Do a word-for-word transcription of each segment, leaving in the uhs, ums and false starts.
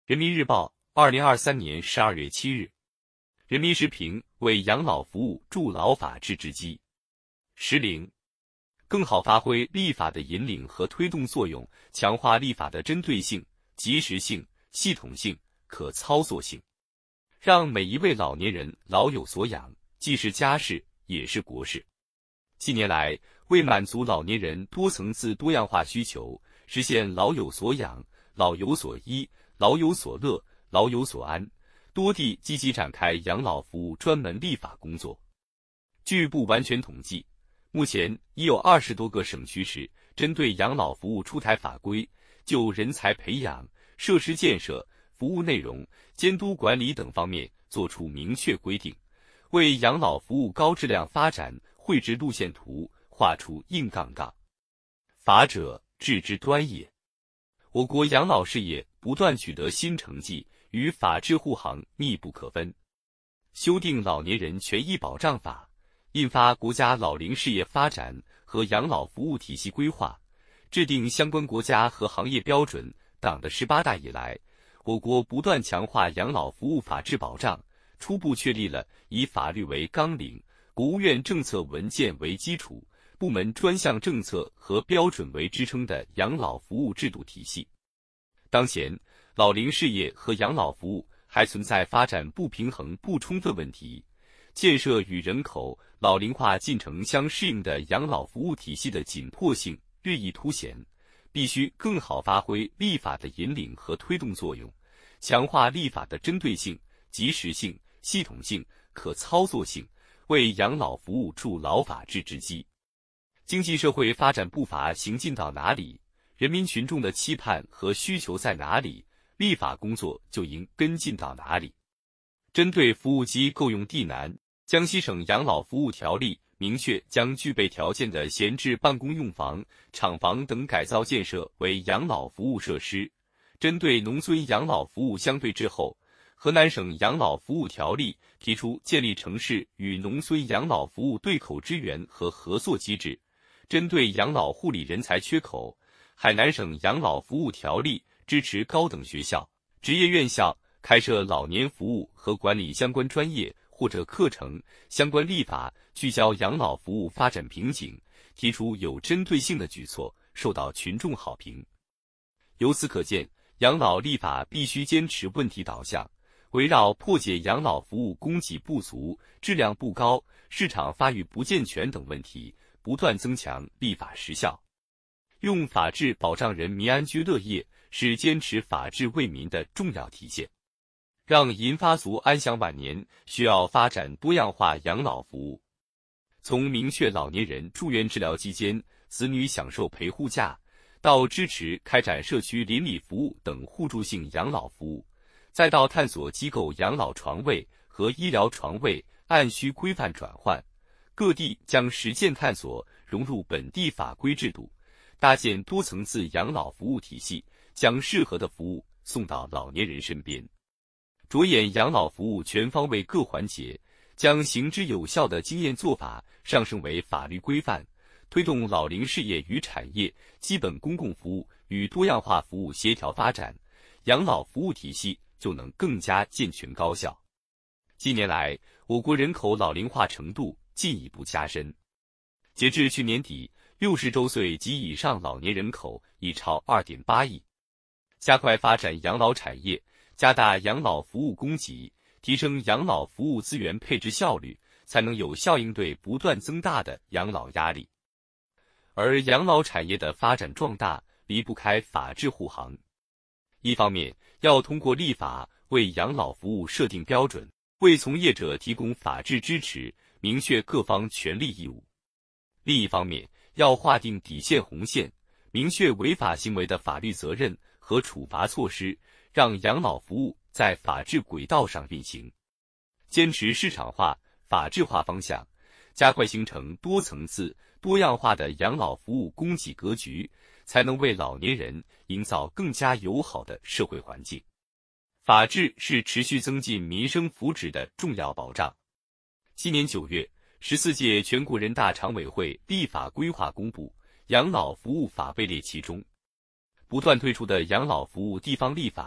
人民日报，二零二三年十二月七日。人民时评：为养老服务筑牢法治之基。十零，更好发挥立法的引领和推动作用，强化立法的针对性、及时性、系统性、可操作性，让每一位老年人老有所养，既是家事，也是国事。近年来，为满足老年人多层次多样化需求，实现老有所养、老有所依、老有所乐、老有所安，多地积极展开养老服务专门立法工作。据不完全统计，目前已有二十多个省区市针对养老服务出台法规，就人才培养、设施建设、服务内容、监督管理等方面作出明确规定，为养老服务高质量发展绘制路线图，画出硬杠杠。法者，治之端也。我国养老事业不断取得新成绩，与法治护航密不可分。修订《老年人权益保障法》，印发《国家老龄事业发展和养老服务体系规划》，制定相关国家和行业标准。党的十八大以来，我国不断强化养老服务法治保障，初步确立了以法律为纲领、国务院政策文件为基础、部门专项政策和标准为支撑的养老服务制度体系。当前，老龄事业和养老服务还存在发展不平衡不充分问题，建设与人口老龄化进程相适应的养老服务体系的紧迫性日益凸显，必须更好发挥立法的引领和推动作用，强化立法的针对性、及时性、系统性、可操作性，为养老服务筑牢法治之基。经济社会发展步伐行进到哪里，人民群众的期盼和需求在哪里，立法工作就应跟进到哪里。针对服务机构用地难，江西省养老服务条例明确将具备条件的闲置办公用房、厂房等改造建设为养老服务设施。针对农村养老服务相对滞后，河南省养老服务条例提出建立城市与农村养老服务对口支援和合作机制。针对养老护理人才缺口，海南省养老服务条例支持高等学校、职业院校开设老年服务和管理相关专业或者课程，相关立法聚焦养老服务发展瓶颈，提出有针对性的举措，受到群众好评。由此可见，养老立法必须坚持问题导向，围绕破解养老服务供给不足、质量不高、市场发育不健全等问题，不断增强立法实效。用法治保障人民安居乐业，是坚持法治为民的重要体现。让银发族安享晚年，需要发展多样化养老服务。从明确老年人住院治疗期间子女享受陪护假，到支持开展社区邻里服务等互助性养老服务，再到探索机构养老床位和医疗床位按需规范转换，各地将实践探索融入本地法规制度，搭建多层次养老服务体系，将适合的服务送到老年人身边。着眼养老服务全方位各环节，将行之有效的经验做法上升为法律规范，推动老龄事业与产业、基本公共服务与多样化服务协调发展，养老服务体系就能更加健全高效。近年来，我国人口老龄化程度进一步加深。截至去年底，六十周岁及以上老年人口已超 二点八亿。加快发展养老产业，加大养老服务供给，提升养老服务资源配置效率，才能有效应对不断增大的养老压力。而养老产业的发展壮大离不开法治护航。一方面，要通过立法为养老服务设定标准，为从业者提供法治支持，明确各方权利义务；另一方面，要划定底线红线，明确违法行为的法律责任和处罚措施，让养老服务在法治轨道上运行。坚持市场化、法治化方向，加快形成多层次、多样化的养老服务供给格局，才能为老年人营造更加友好的社会环境。法治是持续增进民生福祉的重要保障。今年九月，十四届全国人大常委会立法规划公布，养老服务法位列其中。不断推出的养老服务地方立法，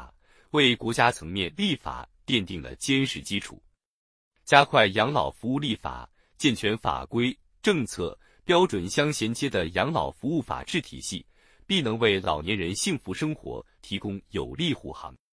为国家层面立法奠定了坚实基础。加快养老服务立法，健全法规、政策、标准相衔接的养老服务法治体系，必能为老年人幸福生活提供有力护航。